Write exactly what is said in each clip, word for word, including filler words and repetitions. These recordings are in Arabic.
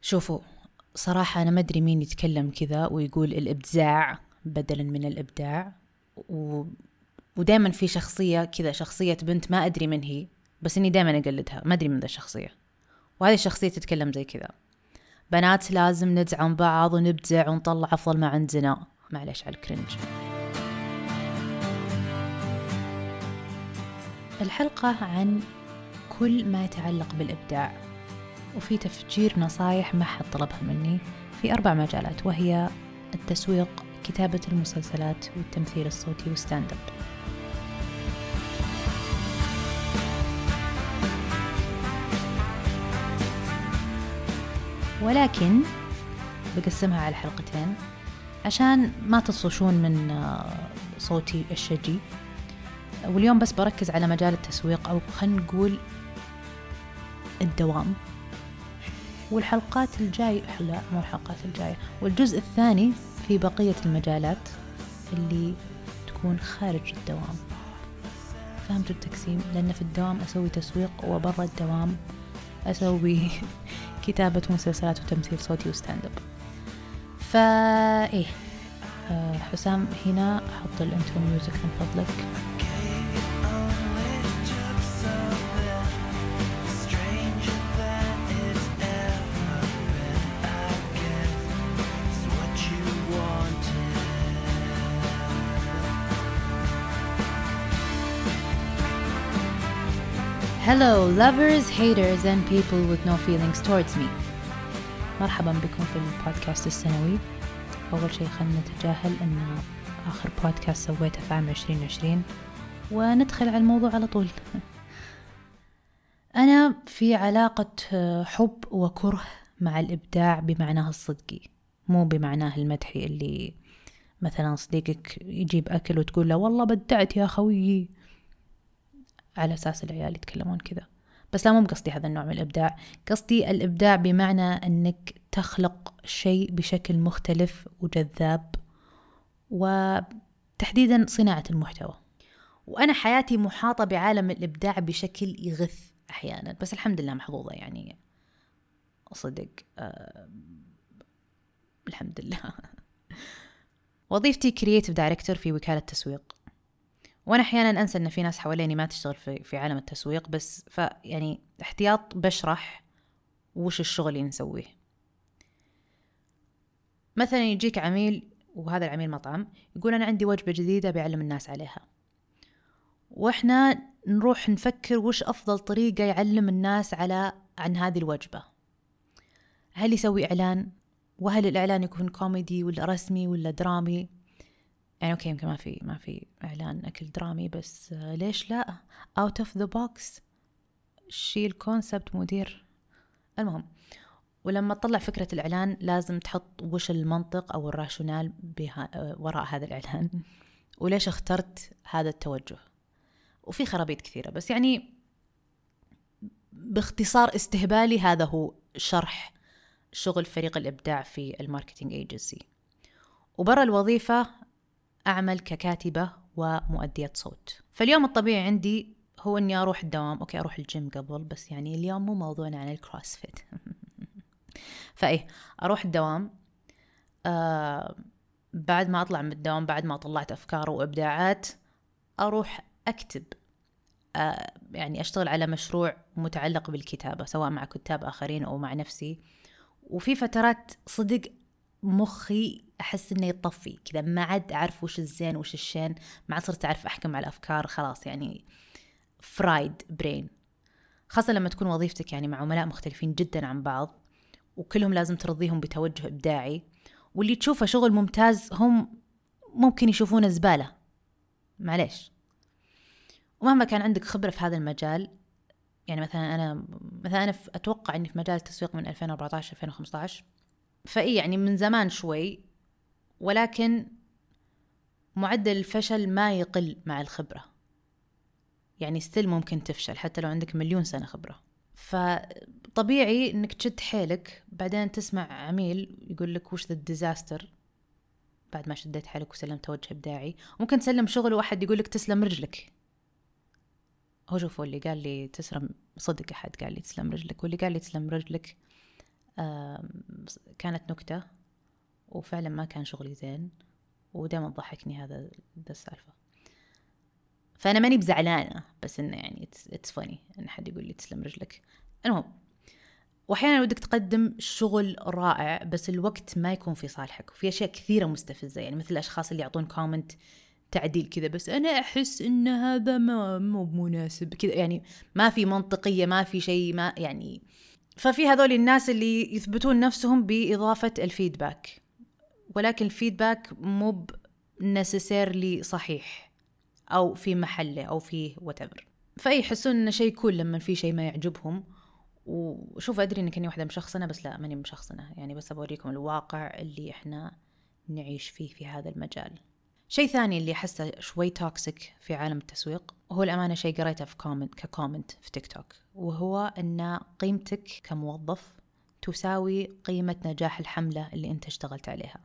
شوفوا، صراحة أنا ما أدري مين يتكلم كذا ويقول الإبداع بدلا من الإبداع، و... ودائما في شخصية كذا، شخصية بنت ما أدري من هي، بس إني دائما أقلدها، ما أدري من ذا الشخصية، وهذه الشخصية تتكلم زي كذا: بنات لازم ندعم بعض ونبدع ونطلع أفضل ما عندنا. معلش على الكرنج. الحلقة عن كل ما يتعلق بالإبداع، وفي تفجير نصايح ما حد طلبها مني في أربع مجالات، وهي التسويق، كتابة المسلسلات، والتمثيل الصوتي، وستاند اب. ولكن بقسمها على حلقتين عشان ما تطفشون من صوتي الشجي، واليوم بس بركز على مجال التسويق، أو خلينا نقول الدوام. والحلقات الجاية لا مو الحلقات الجاية والجزء الثاني في بقية المجالات اللي تكون خارج الدوام. فهمتوا التقسيم؟ لأن في الدوام أسوي تسويق، وبرا الدوام أسوي كتابة مسلسلات وتمثيل صوتي وستاند اب. فإيه أه حسام هنا، حط الانترو ميوزك من فضلك. Hello lovers, haters and people with no feelings towards me. مرحبا بكم في البودكاست السنوي. أول شيء خلنا نتجاهل أن آخر بودكاست سويته في عام عشرين عشرين وندخل على الموضوع على طول. أنا في علاقة حب وكره مع الإبداع بمعناه الصدقي، مو بمعناه المدحي اللي مثلا صديقك يجيب أكل وتقول له والله بدعت يا خويي، على أساس العيال يتكلمون كذا. بس لا، مو بقصدي هذا النوع من الإبداع. قصدي الإبداع بمعنى أنك تخلق شيء بشكل مختلف وجذاب، وتحديدا صناعة المحتوى. وأنا حياتي محاطة بعالم الإبداع بشكل يغث أحيانا، بس الحمد لله محظوظة يعني، أصدق أه الحمد لله. وظيفتي كرييتيف دايركتور في وكالة تسويق، وأنا أحياناً أنسى أن في ناس حواليني ما تشتغل في في عالم التسويق، بس فيعني احتياط بشرح وش الشغل اللي نسويه. مثلاً يجيك عميل، وهذا العميل مطعم، يقول أنا عندي وجبة جديدة بيعلم الناس عليها، وإحنا نروح نفكر وش أفضل طريقة يعلم الناس على عن هذه الوجبة. هل يسوي إعلان؟ وهل الإعلان يكون كوميدي ولا رسمي ولا درامي؟ يعني أوكي، يمكن ما في ما في إعلان أكل درامي، بس ليش لا؟ out of the box، شيل كونسبت مدير. المهم، ولما تطلع فكرة الإعلان لازم تحط وش المنطق أو الراشونال بها وراء هذا الإعلان، وليش اخترت هذا التوجه. وفي خرابيط كثيرة، بس يعني باختصار استهبالي هذا هو شرح شغل فريق الإبداع في الماركتينج ايجنسي. وبرا الوظيفة أعمل ككاتبة ومؤدية صوت. فاليوم الطبيعي عندي هو أني أروح الدوام. أوكي، أروح الجيم قبل، بس يعني اليوم مو موضوعنا عن الكروسفيت. فإيه، أروح الدوام. آه بعد ما أطلع من الدوام، بعد ما طلعت أفكار وإبداعات، أروح أكتب. آه يعني أشتغل على مشروع متعلق بالكتابة، سواء مع كتاب آخرين أو مع نفسي. وفي فترات صدق مخي أحس إنه يطفي كذا، ما عاد أعرف وش الزين وش الشين، ما عاد صرت أعرف أحكم على الأفكار، خلاص يعني فرايد برين. خاصة لما تكون وظيفتك يعني مع عملاء مختلفين جدا عن بعض، وكلهم لازم ترضيهم بتوجه إبداعي، واللي تشوفه شغل ممتاز هم ممكن يشوفونه زبالة، معليش. ومهما كان عندك خبرة في هذا المجال، يعني مثلا أنا مثلا أنا أتوقع أني في مجال التسويق من ألفين وأربعة عشر ألفين وخمسة عشر، فإيه يعني من زمان شوي، ولكن معدل الفشل ما يقل مع الخبرة. يعني ستيل ممكن تفشل حتى لو عندك مليون سنة خبرة. فطبيعي انك تشد حيلك، بعدين تسمع عميل يقول لك وش ذا الديزاستر بعد ما شديت حيلك وسلمت وجه إبداعي. ممكن تسلم شغل واحد يقول لك تسلم رجلك. هو شوفوا، اللي قال لي تسلم صدق، أحد قال لي تسلم رجلك، واللي قال لي تسلم رجلك كانت نكتة وفعلا ما كان شغلي زين ودائما ضحكني هذا السالفة. فأنا ماني بزعلانة، بس إنه يعني it's, it's funny إن حد يقول لي تسلم رجلك. المهم، وأحيانا ودك تقدم شغل رائع بس الوقت ما يكون في صالحك، وفي أشياء كثيرة مستفزة، يعني مثل الأشخاص اللي يعطون كومنت تعديل كذا، بس أنا أحس إن هذا ما مو مناسب كذا، يعني ما في منطقية، ما في شيء، ما يعني. ففي هذول الناس اللي يثبتون نفسهم بإضافة الفيدباك، ولكن الفيدباك مو necessarily صحيح أو في محله أو في whatever. فأي يحسون إن شيء كول لما في شيء ما يعجبهم. وشوف أدري إن كني واحدة مشخصنة، بس لا ماني مشخصنة، يعني بس أوريكم الواقع اللي إحنا نعيش فيه في هذا المجال. شيء ثاني اللي أحسه شوي توكسيك في عالم التسويق هو الأمانة شيء قريته في كومنت ككومنت في تيك توك، وهو أن قيمتك كموظف تساوي قيمة نجاح الحملة اللي أنت اشتغلت عليها.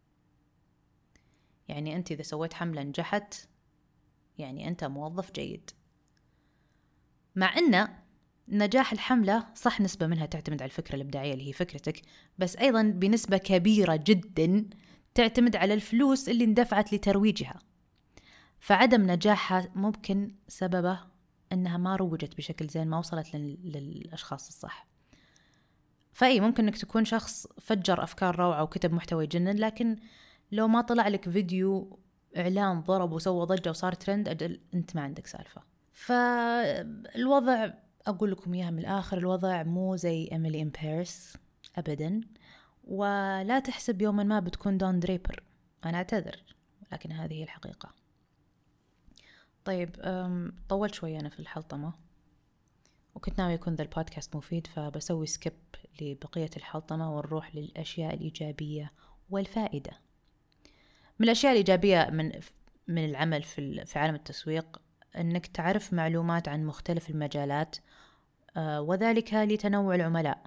يعني أنت إذا سويت حملة نجحت، يعني أنت موظف جيد. مع أن نجاح الحملة صح نسبة منها تعتمد على الفكرة الإبداعية اللي هي فكرتك، بس أيضا بنسبة كبيرة جدا تعتمد على الفلوس اللي اندفعت لترويجها. فعدم نجاحها ممكن سببه أنها ما روجت بشكل زين، ما وصلت للأشخاص الصح. فأي ممكن أنك تكون شخص فجر أفكار روعة وكتب محتوى يجنن، لكن لو ما طلع لك فيديو إعلان ضرب وسوى ضجة وصار ترند، أجل أنت ما عندك سالفة. فالوضع أقول لكم إياها من الآخر، الوضع مو زي إيميلي إن باريس أبدا، ولا تحسب يوما ما بتكون دون دريبر. أنا أعتذر، لكن هذه هي الحقيقة. طيب طولت شوي أنا في الحلطمة، وكنت ناوي يكون ذا البودكاست مفيد، فبسوي سكيب لبقية الحلطمة ونروح للأشياء الإيجابية والفائدة. من الأشياء الإيجابية من من العمل في في عالم التسويق أنك تعرف معلومات عن مختلف المجالات، وذلك لتنوع العملاء،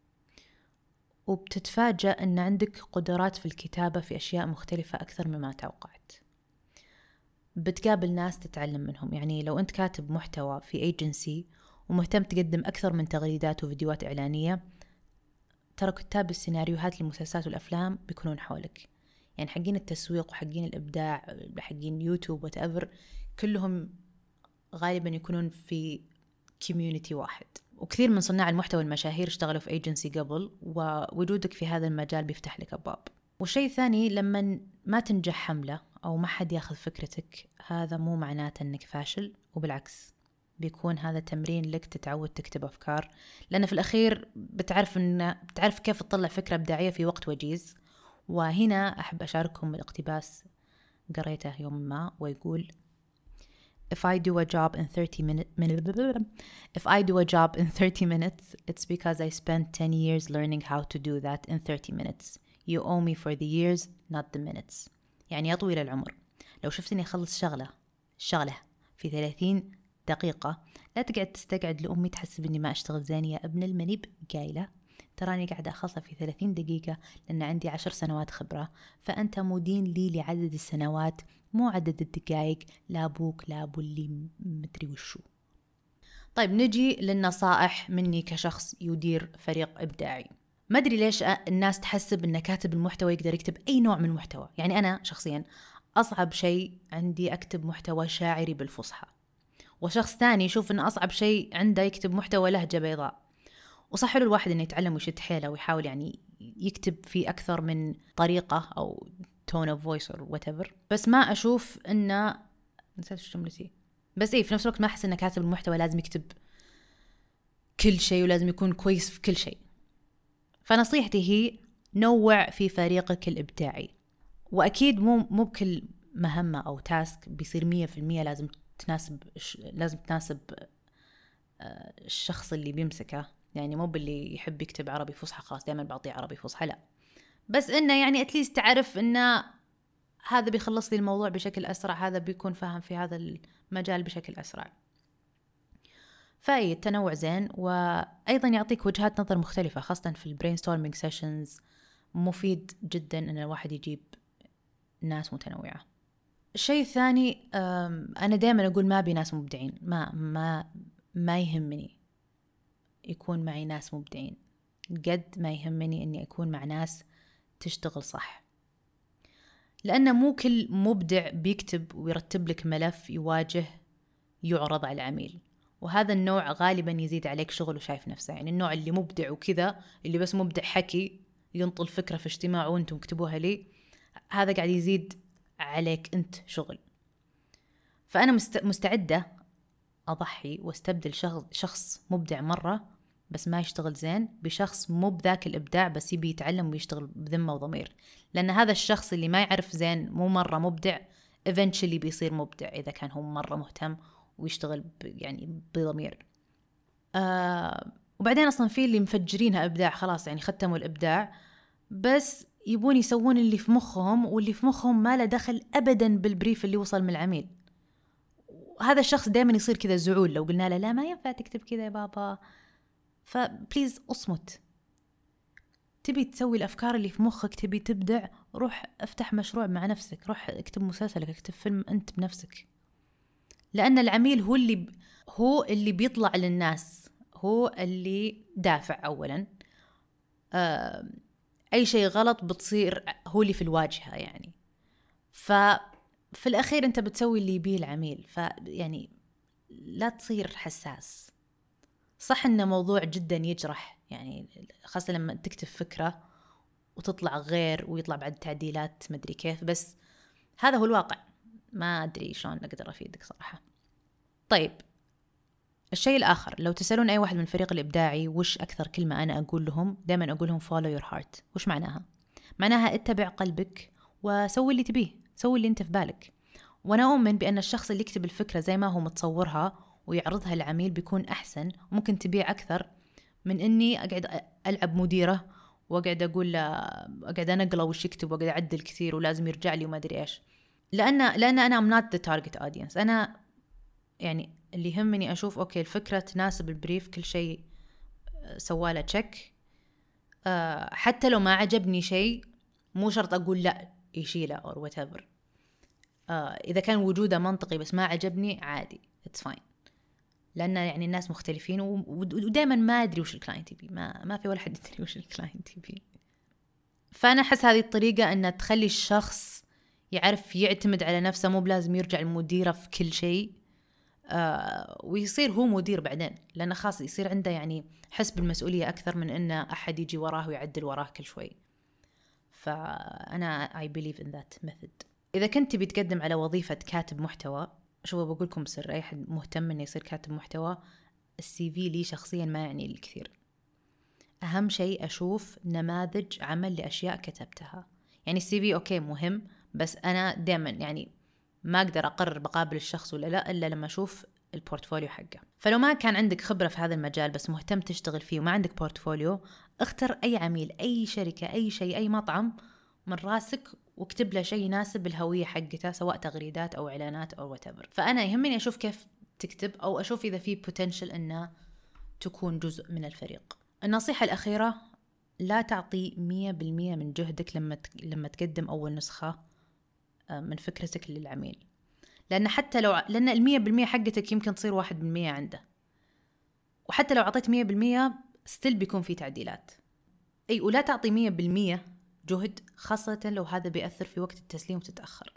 وبتتفاجأ أن عندك قدرات في الكتابة في أشياء مختلفة أكثر مما توقعت. بتقابل ناس تتعلم منهم، يعني لو أنت كاتب محتوى في ايجنسي ومهتم تقدم أكثر من تغريدات وفيديوهات إعلانية، ترى كتاب السيناريوهات للمسلسلات والأفلام بيكونون حولك، يعني حقين التسويق وحقين الإبداع حقين يوتيوب whatever، كلهم غالبا يكونون في كوميونيتي واحد. وكثير من صناع المحتوى المشاهير اشتغلوا في ايجنسي قبل، ووجودك في هذا المجال بيفتح لك أبواب. والشيء ثاني، لما ما تنجح حملة أو ما حد ياخذ فكرتك، هذا مو معناته أنك فاشل، وبالعكس بيكون هذا تمرين لك تتعود تكتب أفكار، لأن في الأخير بتعرف إن بتعرف كيف تطلع فكرة إبداعية في وقت وجيز. وهنا أحب أشارككم الاقتباس قريته يوم ما، ويقول If I do a job in thirty minutes If I do a job in thirty minutes it's because I spent ten years learning how to do that in thirty minutes. You owe me for the years not the minutes. يعني يا طويل العمر، لو شفتني أخلص شغلة شغلة في ثلاثين دقيقة، لا تقعد تستقعد لأمي تحسب إني ما أشتغل زين يا ابن المنيب. قايلة تراني قاعدة أخلصها في ثلاثين دقيقة لأن عندي عشر سنوات خبرة، فأنت مدين لي لعدد السنوات مو عدد الدقائق، لا أبوك لا أبو اللي مدري وشو. طيب نجي للنصائح مني كشخص يدير فريق إبداعي. ما أدري ليش الناس تحسب أن كاتب المحتوى يقدر يكتب أي نوع من محتوى. يعني أنا شخصيا أصعب شيء عندي أكتب محتوى شاعري بالفصحى، وشخص ثاني يشوف أن أصعب شيء عنده يكتب محتوى لهجة بيضاء. وصح له الواحد أنه يتعلم ويشد حيله ويحاول يعني يكتب في أكثر من طريقة أو tone of voice or whatever، بس ما أشوف أنه نسيت شو جملتي بس إيه في نفس الوقت ما أحس أنه كاتب المحتوى لازم يكتب كل شيء ولازم يكون كويس في كل شيء. فنصيحتي هي نوع في فريقك الإبداعي، وأكيد مو مو بكل مهمة أو تاسك بيصير مية في المية لازم تناسب لازم تناسب الشخص اللي بيمسكه. يعني مو باللي يحب يكتب عربي فصحى خلاص دائما بعطيه عربي فصحى، لا، بس إنه يعني أتليست تعرف إنه هذا بيخلص لي الموضوع بشكل أسرع، هذا بيكون فاهم في هذا المجال بشكل أسرع. فأي التنوع زين، وأيضا يعطيك وجهات نظر مختلفة، خاصة في البرينستورمينج سيشنز مفيد جدا أن الواحد يجيب ناس متنوعة. الشيء الثاني، أنا دائما أقول ما بي ناس مبدعين، ما ما ما يهمني يكون معي ناس مبدعين، قد ما يهمني أني أكون مع ناس تشتغل صح. لأن مو كل مبدع بيكتب ويرتب لك ملف يواجه يعرض على العميل، وهذا النوع غالبا يزيد عليك شغل وشايف نفسه. يعني النوع اللي مبدع وكذا، اللي بس مبدع حكي ينطل فكرة في اجتماع وانتم اكتبوها لي، هذا قاعد يزيد عليك انت شغل. فأنا مستعدة أضحي واستبدل شخص مبدع مرة بس ما يشتغل زين بشخص مو بذاك الإبداع بس يبي يتعلم ويشتغل بذمة وضمير. لأن هذا الشخص اللي ما يعرف زين مو مرة مبدع eventually بيصير مبدع إذا كان هو مرة مهتم ويشتغل يعني بضمير. آه وبعدين أصلا في اللي مفجرينها إبداع خلاص، يعني ختموا الإبداع بس يبون يسوون اللي في مخهم، واللي في مخهم ما له دخل أبدا بالبريف اللي وصل من العميل. هذا الشخص دائما يصير كذا زعول لو قلنا له لا ما ينفع تكتب كذا يا بابا. فبليز أصمت. تبي تسوي الأفكار اللي في مخك، تبي تبدع، روح افتح مشروع مع نفسك، روح اكتب مسلسلك، اكتب فيلم أنت بنفسك. لأن العميل هو اللي ب... هو اللي بيطلع للناس، هو اللي دافع أولا. آه... أي شيء غلط بتصير هو اللي في الواجهة يعني. ففي الأخير أنت بتسوي اللي يبيه العميل، فيعني لا تصير حساس. صح إنه موضوع جدا يجرح، يعني خاصة لما تكتب فكرة وتطلع غير ويطلع بعد تعديلات مدري كيف، بس هذا هو الواقع. ما أدري شلون أقدر أفيدك صراحة. طيب الشيء الآخر، لو تسألون أي واحد من الفريق الإبداعي وش أكثر كلمة أنا أقول لهم، دائما أقول لهم follow your heart. وش معناها؟ معناها اتبع قلبك وسوي اللي تبيه، سوي اللي أنت في بالك. وأنا أؤمن بأن الشخص اللي يكتب الفكرة زي ما هو متصورها ويعرضها للعميل بيكون أحسن وممكن تبيع أكثر من إني أقعد ألعب مديرة وأقعد أقول أقعد أنقله وش يكتب وأقعد أعدل كثير ولازم يرجع لي وما أدري إيش. لأن لأن أنا I'm not the target audience. أنا يعني اللي يهمني أشوف أوكي الفكرة تناسب البريف، كل شيء سواله تشيك. أه حتى لو ما عجبني شيء مو شرط أقول لا يشيله or whatever. أه إذا كان وجوده منطقي بس ما عجبني عادي it's fine. لأن يعني الناس مختلفين ودائما ما أدري وش الكلاينت يبي، ما ما في ولا حد يدري وش الكلاينت يبي. فأنا أحس هذه الطريقة أن تخلي الشخص يعرف يعتمد على نفسه، مو بلازم يرجع المديرة في كل شيء. آه ويصير هو مدير بعدين، لأنه خاص يصير عنده يعني حس بالمسؤولية أكثر من أن أحد يجي وراه ويعدل وراه كل شوي. فأنا I believe in that method. إذا كنت بتقدم على وظيفة كاتب محتوى، شوفوا بقولكم سر، أي أحد مهتم إنه يصير كاتب محتوى، السي في لي شخصيا ما يعني الكثير. أهم شيء أشوف نماذج عمل لأشياء كتبتها. يعني السي في أوكي مهم، بس أنا دائما يعني ما أقدر أقرر بقابل الشخص ولا لا إلا لما أشوف البورتفوليو حقه. فلو ما كان عندك خبرة في هذا المجال بس مهتم تشتغل فيه وما عندك بورتفوليو، اختر أي عميل، أي شركة، أي شيء، أي مطعم من راسك واكتب له شيء يناسب الهوية حقته، سواء تغريدات أو إعلانات أو whatever. فأنا يهمني أشوف كيف تكتب، أو أشوف إذا في potential أنه تكون جزء من الفريق. النصيحة الأخيرة، لا تعطي مية بالمية من جهدك لما لما تقدم أول نسخة من فكرتك للعميل. لأن حتى لو لأن المية بالمية حقتك يمكن تصير واحد بالمية عنده، وحتى لو عطيت مية بالمية ستيل بيكون في تعديلات. أي ولا تعطي مية بالمية جهد، خاصة لو هذا بيأثر في وقت التسليم وتتأخر.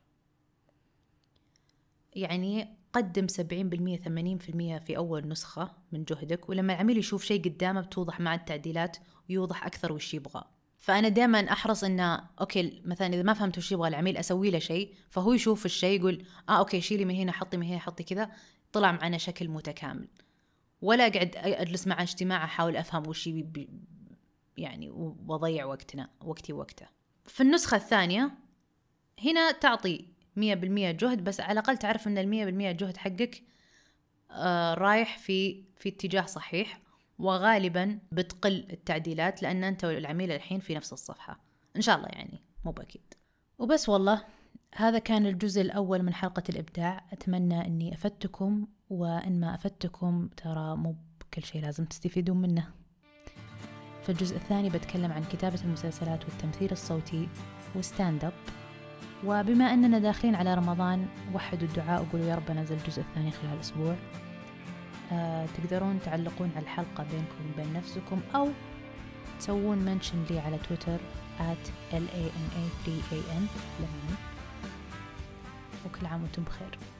يعني قدم سبعين بالمية ثمانين بالمية في أول نسخة من جهدك، ولما العميل يشوف شيء قدامه بتوضح مع التعديلات ويوضح أكثر وش يبغى. فأنا دائما أحرص إنه أوكي مثلا إذا ما فهمت وش يبغى العميل أسوي له شيء، فهو يشوف الشيء يقول آه أوكي شيلي من هنا، حطي من هنا، حطي كذا، طلع معنا شكل متكامل. ولا أقعد أجلس مع اجتماع أحاول أفهم وش يبي يعني وضيع وقتنا وقتي وقته. في النسخة الثانية هنا تعطي مية بالمية جهد، بس على الأقل تعرف أن المية بالمية جهد حقك آه رايح في في اتجاه صحيح، وغالبا بتقل التعديلات لأن أنت والعميل الحين في نفس الصفحة إن شاء الله، يعني مو بأكيد. وبس والله هذا كان الجزء الأول من حلقة الإبداع. أتمنى أني أفدتكم، وإن ما أفدتكم ترى مو بكل شيء لازم تستفيدون منه. في الجزء الثاني بتكلم عن كتابة المسلسلات والتمثيل الصوتي والستاند اب. وبما أننا داخلين على رمضان، وحدوا الدعاء وقولوا يا رب نزل الجزء الثاني خلال أسبوع. أه تقدرون تعلقون على الحلقة بينكم وبين نفسكم، أو تسوون منشن لي على تويتر at L A N A three A N لماني. وكل عام وانتم بخير.